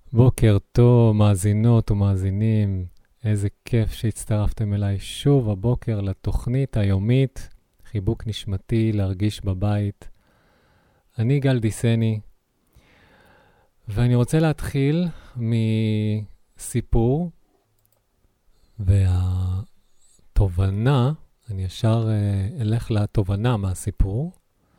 בוקר טוב, מאזינות ומאזינים. איזה כיף שהצטרפתם אליי שוב הבוקר לתוכנית היומית, חיבוק נשמתי להרגיש בבית. אני גל דיסני, ואני רוצה להתחיל מסיפור, והתובנה, אני ישר אלך לתובנה מהסיפור,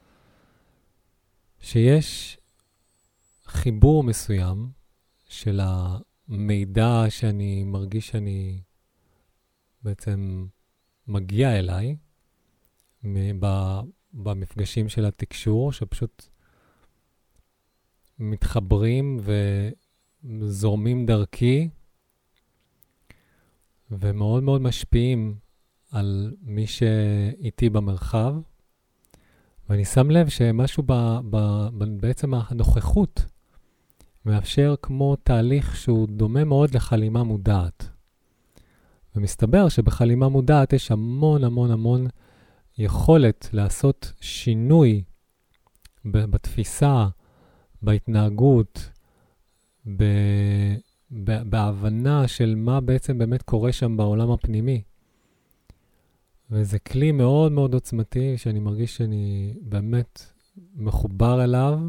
שיש חיבור מסוים, של המידע שאני מרגיש שאני בעצם מגיע אליי במפגשים של התקשור, שפשוט מתחברים וזורמים דרכי ומאוד מאוד משפיעים על מי שאיתי במרחב. ואני שם לב שמשהו בעצם הנוכחות מאפשר כמו תהליך שהוא דומה מאוד לחלימה מודעת. ומסתבר שבחלימה מודעת יש המון המון המון יכולת לעשות שינוי בתפיסה, בהתנהגות, בהבנה של מה בעצם באמת קורה שם בעולם הפנימי. וזה כלי מאוד מאוד עוצמתי שאני מרגיש שאני באמת מחובר אליו,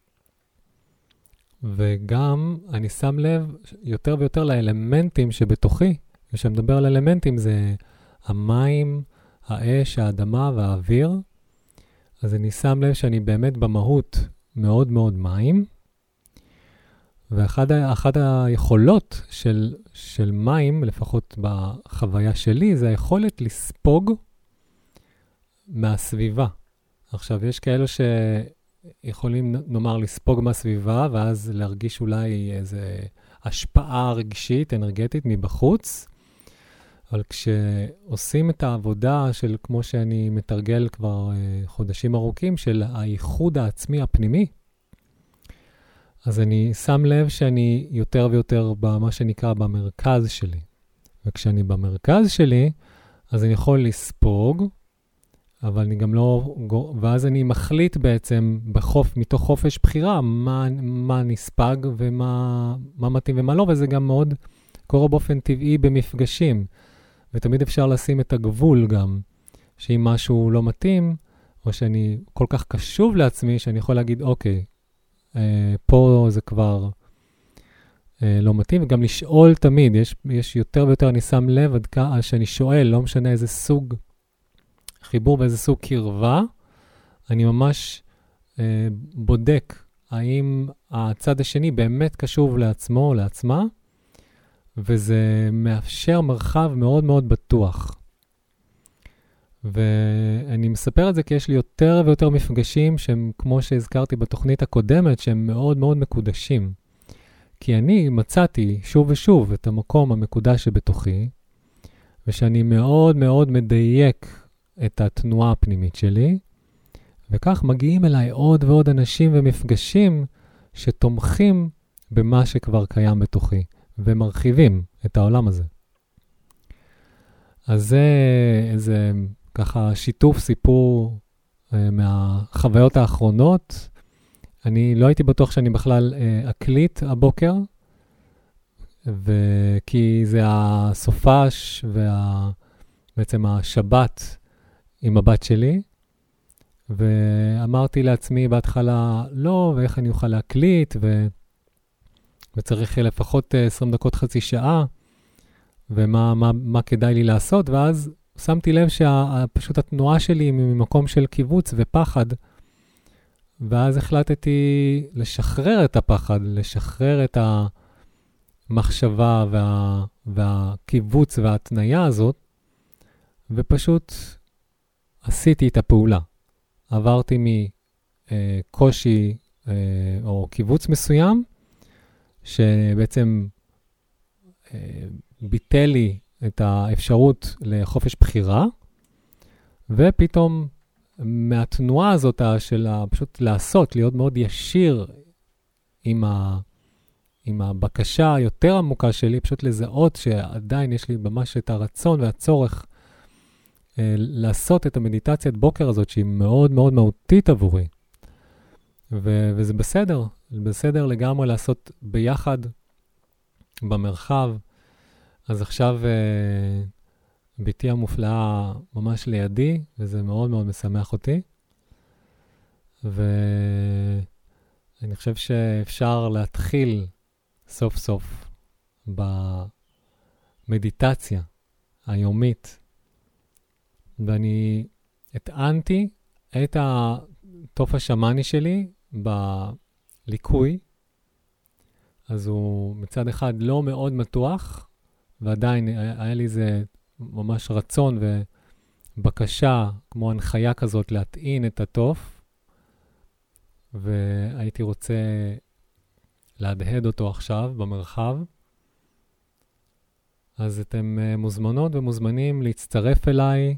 וגם אני שם לב יותר ויותר לאלמנטים שבתוכי. כשאני מדבר על אלמנטים זה המים, האש, האדמה והאוויר. אז אני שם לב שאני באמת במהות מאוד מאוד מים. ואחת היכולות של מים, לפחות בחוויה שלי, זה היכולת לספוג מהסביבה. עכשיו, יש כאלו יכולים, נאמר, לספוג מהסביבה, ואז להרגיש אולי איזו השפעה רגשית, אנרגטית מבחוץ. אבל כשעושים את העבודה של, כמו שאני מתרגל כבר חודשים ארוכים, של הייחוד העצמי הפנימי, אז אני שם לב שאני יותר ויותר במה שנקרא במרכז שלי. וכשאני במרכז שלי, אז אני יכול לספוג, אבל אני גם לא, ואז אני מחליט בעצם מתוך חופש בחירה, מה נספג ומה מתאים ומה לא, וזה גם מאוד קורה באופן טבעי במפגשים. ותמיד אפשר לשים את הגבול גם, שאם משהו לא מתאים, או שאני כל כך קשוב לעצמי, שאני יכול להגיד, אוקיי, פה זה כבר לא מתאים, וגם לשאול תמיד, יש יותר ויותר, אני שם לב עד כמה שאני שואל, לא משנה איזה סוג חיבור ואיזה סוג קרבה, אני ממש בודק האם הצד השני באמת קשוב לעצמו או לעצמה, וזה מאפשר מרחב מאוד מאוד בטוח. ואני מספר את זה כי יש לי יותר ויותר מפגשים שהם, כמו שהזכרתי בתוכנית הקודמת, שהם מאוד מאוד מקודשים. כי אני מצאתי שוב ושוב את המקום המקודש שבתוכי, ושאני מאוד מאוד מדייק את התנועה הפנימית שלי, וכך מגיעים אליי עוד ועוד אנשים ומפגשים שתומכים במה שכבר קיים בתוכי, ומרחיבים את העולם הזה. אז זה איזה ככה שיתוף סיפור מהחוויות האחרונות. אני לא הייתי בטוח שאני בכלל אקליט הבוקר, כי זה הסופש בעצם השבת עם הבת שלי, ואמרתי לעצמי בהתחלה, לא, ואיך אני אוכל להקליט, וצריך לפחות 20 דקות, חצי שעה, ומה כדאי לי לעשות, ואז שמתי לב שפשוט התנועה שלי ממקום של קיבוץ ופחד, ואז החלטתי לשחרר את הפחד, לשחרר את המחשבה והקיבוץ וההתניה הזאת, ופשוט עשיתי את הפעולה. עברתי מקושי או קיבוץ מסוים, שבעצם ביטל לי את האפשרות לחופש בחירה, ופתאום מהתנועה הזאת של פשוט לעשות, להיות מאוד ישיר עם הבקשה היותר עמוקה שלי, פשוט לזהות שעדיין יש לי ממש את הרצון והצורך לעשות את המדיטציית בוקר הזאת, שהיא מאוד מאוד מהותית עבורי. וזה בסדר, בסדר לגמרי לעשות ביחד במרחב. אז עכשיו ביתי המופלאה ממש לידי, וזה מאוד מאוד משמח אותי. ואני חושב שאפשר להתחיל סוף סוף במדיטציה היומית. ואני הטענתי את התוף השמאני שלי בליקוי. אז הוא מצד אחד לא מאוד מתוח, ועדיין היה לי זה ממש רצון ובקשה, כמו הנחיה כזאת, להטעין את התוף, והייתי רוצה להדהד אותו עכשיו במרחב. אז אתם מוזמנות ומוזמנים להצטרף אליי,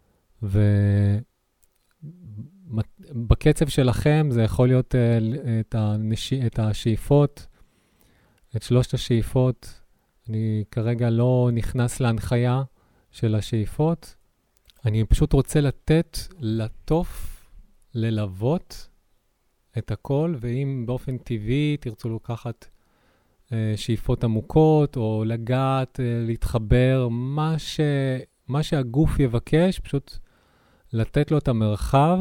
ובקצב שלכם זה יכול להיות את השאיפות, את 3 השאיפות. אני כרגע לא נכנס להנחיה של השאיפות. אני פשוט רוצה לתת לתוף ללוות את הכל, ואם באופן טבעי תרצו לקחת שאיפות עמוקות, או לגעת, להתחבר, מה שהגוף יבקש, פשוט לתת לו את המרחב,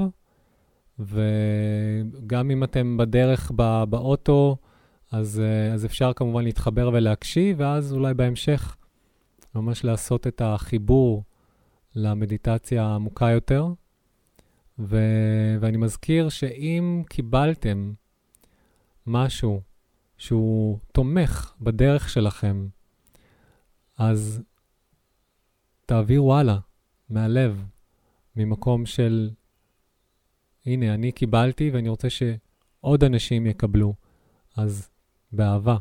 וגם אם אתם בדרך באוטו, אז אפשר כמובן להתחבר ולהקשיב, ואז אולי בהמשך ממש לעשות את החיבור למדיטציה העמוקה יותר. ואני מזכיר שאם קיבלתם משהו שהוא תומך בדרך שלכם, אז תעבירו הלאה מהלב, ממקום של הנה, אני קיבלתי ואני רוצה שעוד אנשים יקבלו. אז באהבה.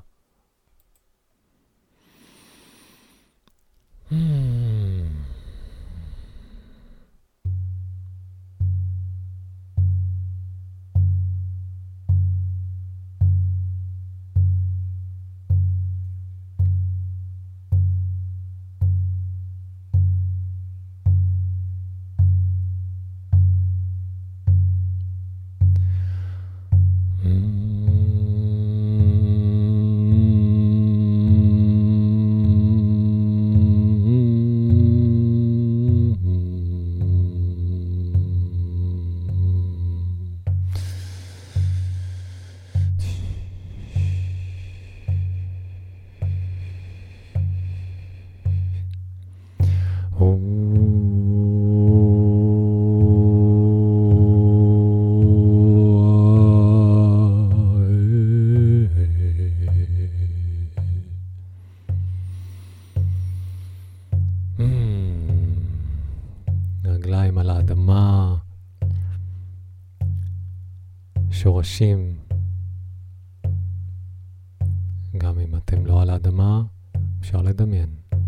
רגליים על האדמה, שורשים. גם אם אתם לא על האדמה, אפשר לדמיין.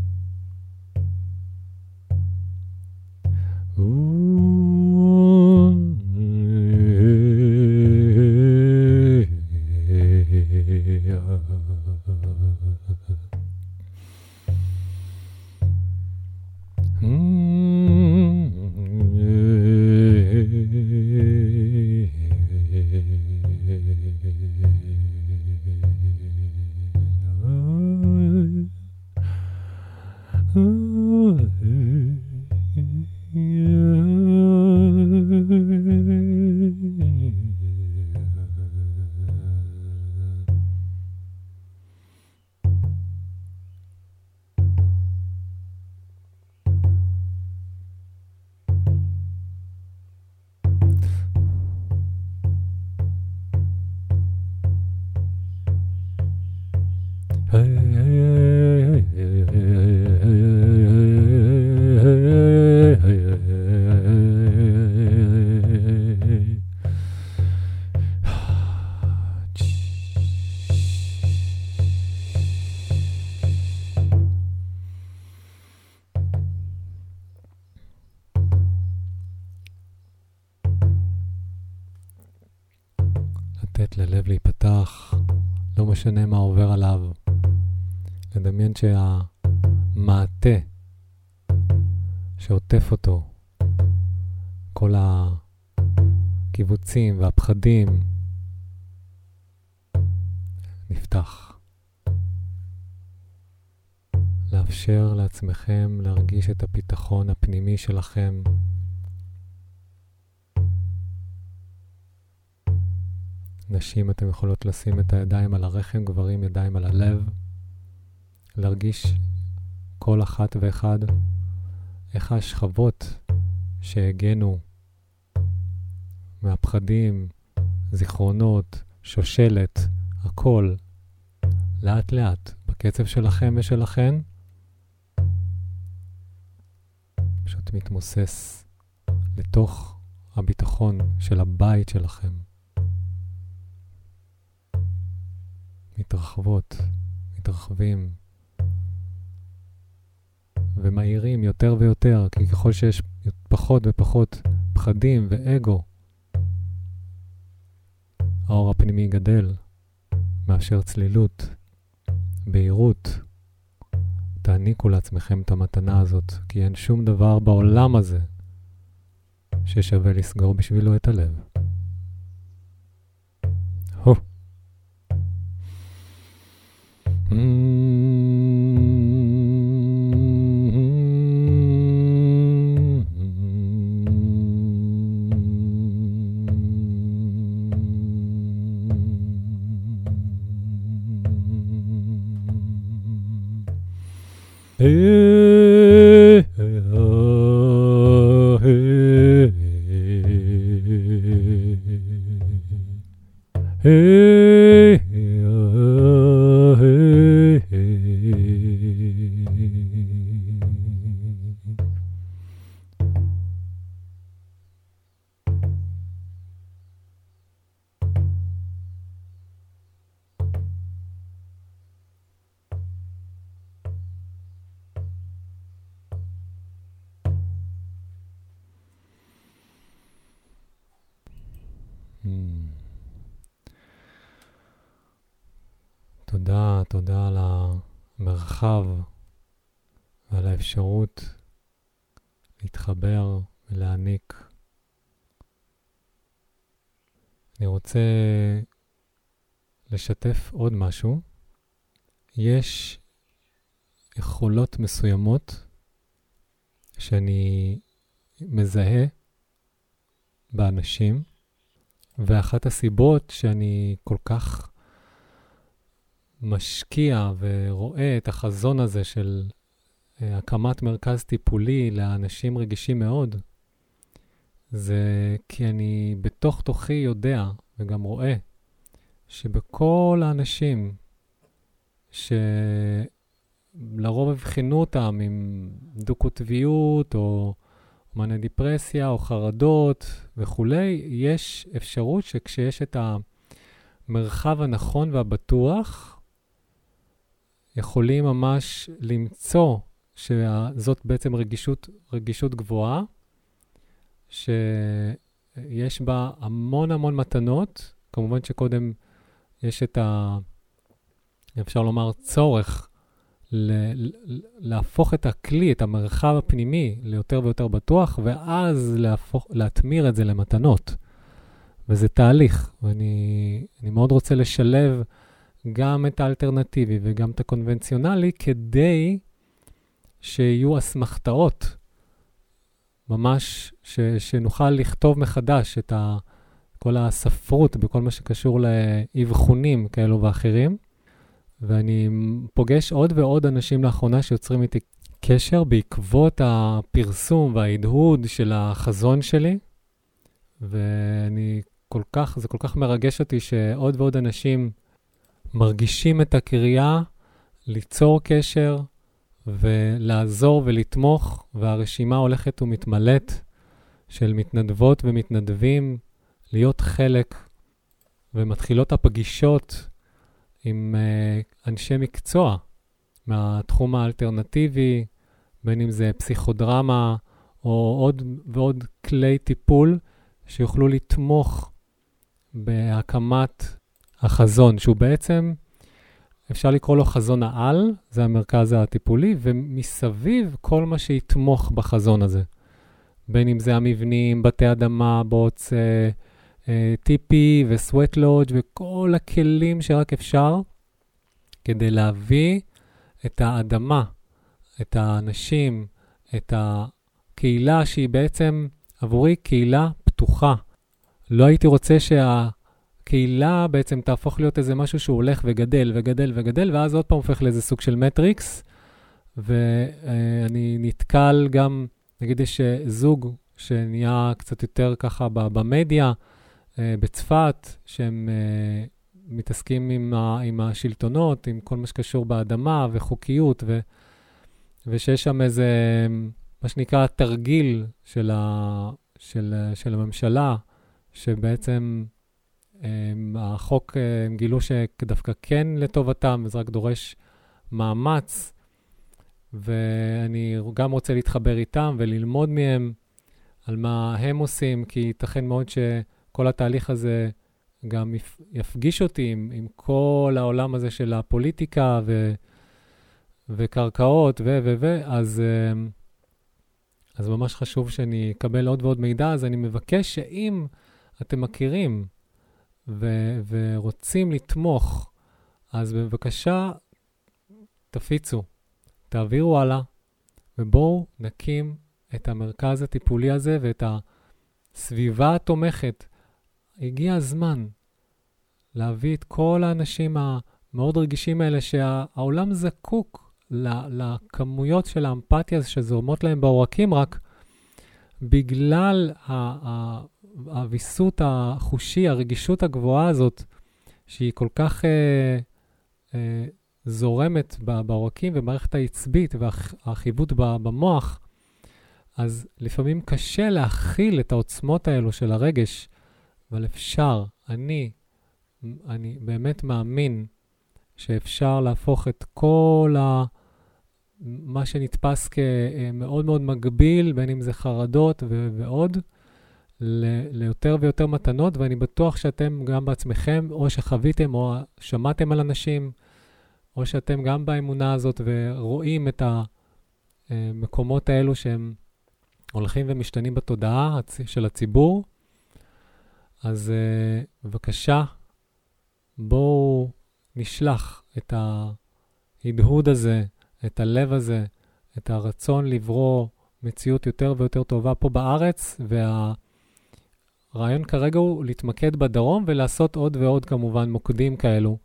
לתת ללב להיפתח, לא משנה מה עובר עליו. לדמיין שהמעטה שעוטף אותו, כל הקיבוצים והפחדים, נפתח. לאפשר לעצמכם להרגיש את הביטחון הפנימי שלכם. נשים, אתם יכולות לשים את הידיים על הרחם, גברים ידיים על הלב. להרגיש כל אחת ואחד איך השכבות שהגנו מהפחדים, זיכרונות, שושלת, הכל, לאט לאט, בקצב שלכם ושלכן, פשוט מתמוסס לתוך הביטחון של הבית שלכם. מתרחבות, מתרחבים, ומהירים יותר ויותר, כי ככל שיש פחות ופחות פחדים ואגו, האור הפנימי גדל, מאפשר צלילות, בהירות. תעניקו לעצמכם את המתנה הזאת, כי אין שום דבר בעולם הזה ששווה לסגור בשבילו את הלב. הו. תודה על המרחב ועל האפשרות להתחבר ולהעניק. אני רוצה לשתף עוד משהו. יש יכולות מסוימות שאני מזהה באנשים, ואחת הסיבות שאני כל כך משקיע ורואה את החזון הזה של הקמת מרכז טיפולי לאנשים רגישים מאוד, זה כי אני בתוך תוכי יודע וגם רואה שבכל האנשים שלרוב הבחינו אותם עם דו-קוטביות או מניה דיפרסיה או חרדות וכולי, יש אפשרות שכשיש את המרחב הנכון והבטוח, יכולים ממש למצוא שזאת בעצם רגישות גבוהה, שיש בה המון המון מתנות. כמובן שקודם יש את אפשר לומר צורך להפוך את הכלי, את המרחב הפנימי ליותר ויותר בטוח, ואז להתמיר את זה למתנות. וזה תהליך, ואני מאוד רוצה לשלב גם את האלטרנטיבי וגם את הקונבנציונלי, כדי שיהיו אסמכתאות, ממש שנוכל לכתוב מחדש את כל הספרות בכל מה שקשור לאבחונים כאלו ואחרים. ואני פוגש עוד ועוד אנשים לאחרונה שיוצרים איתי קשר בעקבות הפרסום וההדהוד של החזון שלי, זה כל כך מרגש אותי שעוד ועוד אנשים מרגישים את הקריאה ליצור קשר ולעזור ולתמוך, והרשימה הולכת ומתמלאת של מתנדבות ומתנדבים להיות חלק, ומתחילות הפגישות עם אנשי מקצוע מהתחום האלטרנטיבי, בין אם זה פסיכודרמה או עוד ועוד כלי טיפול שיוכלו לתמוך בהקמת החזון, שהוא בעצם, אפשר לקרוא לו חזון העל, זה המרכז הטיפולי, ומסביב כל מה שיתמוך בחזון הזה. בין אם זה המבנים, בתי אדמה, בוץ, טיפי וסווט לודג' וכל הכלים שרק אפשר, כדי להביא את האדמה את האנשים, את הקהילה שהיא בעצם עבורי קהילה פתוחה. לא הייתי רוצה שהקהילה בעצם תהפוך להיות איזה משהו שהוא הולך וגדל וגדל וגדל, ואז עוד פעם הופך לאיזה סוג של מטריקס, ואני נתקל גם, נגיד יש זוג שנהיה קצת יותר ככה במדיה, בצפת, שהם מתעסקים עם השלטונות, עם כל מה שקשור באדמה וחוקיות, ושיש שם איזה, מה שנקרא, תרגיל של הממשלה, שבעצם החוק, הם גילו שדווקא כן לטובתם, וזה רק דורש מאמץ, ואני גם רוצה להתחבר איתם וללמוד מהם על מה הם עושים, כי ייתכן מאוד שכל התהליך הזה גם יפגיש אותי עם כל העולם הזה של הפוליטיקה וקרקעות אז ממש חשוב שאני אקבל עוד ועוד מידע, אז אני מבקש שאם אתם מכירים ורוצים לתמוך, אז בבקשה תפיצו, תעבירו הלאה, ובואו נקים את המרכז הטיפולי הזה ואת הסביבה התומכת. הגיע הזמן להביא את כל האנשים המאוד רגישים האלה שהעולם זקוק לכמויות של האמפתיה שזורמות להם בעורקים, רק בגלל הוויסות החושי, הרגישות הגבוהה הזאת, שהיא כל כך זורמת בעורקים ובמערכת העצבית והחיווט במוח, אז לפעמים קשה להכיל את העוצמות האלו של הרגש, אבל אפשר, אני באמת מאמין שאפשר להפוך את כל מה שנתפס כמאוד מאוד מגביל, בין אם זה חרדות ועוד, ליותר ויותר מתנות, ואני בטוח שאתם גם בעצמכם, או שחוויתם או שמעתם על אנשים, או שאתם גם באמונה הזאת ורואים את המקומות האלו שהם הולכים ומשתנים בתודעה של הציבור. אז בבקשה, בואו נשלח את ההדהוד הזה, את הלב הזה, את הרצון לברוא מציאות יותר ויותר טובה פה בארץ, והרעיון כרגע הוא להתמקד בדרום ולעשות עוד ועוד כמובן מוקדים כאלו.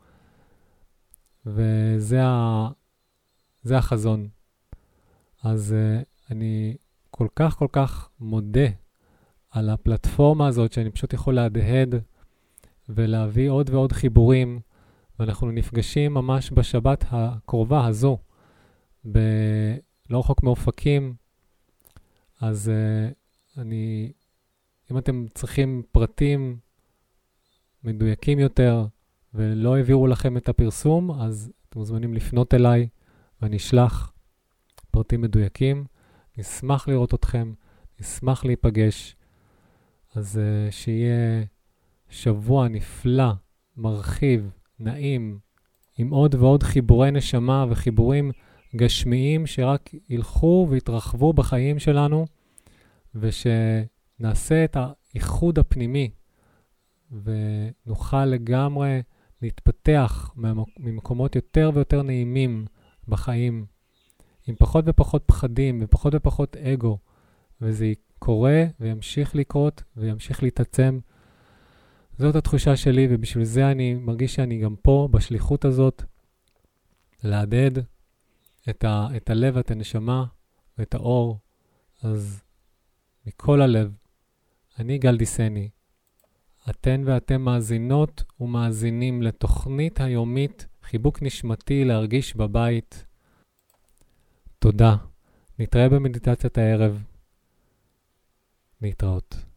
וזה החזון. אז אני כל כך כל כך מודה על הפלטפורמה הזאת, שאני פשוט יכול להדהד ולהביא עוד ועוד חיבורים, ואנחנו נפגשים ממש בשבת הקרובה הזו, לא רחוק מאופקים. אז אם אתם צריכים פרטים מדויקים יותר, ולא העבירו לכם את הפרסום, אז אתם מוזמנים לפנות אליי, ואני אשלח פרטים מדויקים. נשמח לראות אתכם, נשמח להיפגש. אז שיהיה שבוע נפלא, מרחיב, נעים, עם עוד ועוד חיבורי נשמה וחיבורים גשמיים שרק ילכו והתרחבו בחיים שלנו, ושנעשה את האיחוד הפנימי, ונוכל לגמרי להתפתח ממקומות יותר ויותר נעימים בחיים, עם פחות ופחות פחדים ופחות ופחות אגו, וזה קורה וימשיך לקרות וימשיך להתעצם. זאת התחושה שלי, ובשביל זה אני מרגיש שאני גם פה בשליחות הזאת, להדהד את הלב, את הנשמה ואת האור. אז מכל הלב, אני גל דיסני, אתן ואתם מאזינות ומאזינים לתוכנית היומית חיבוק נשמתי להרגיש בבית. תודה. נתראה במדיטציית הערב. להתראות.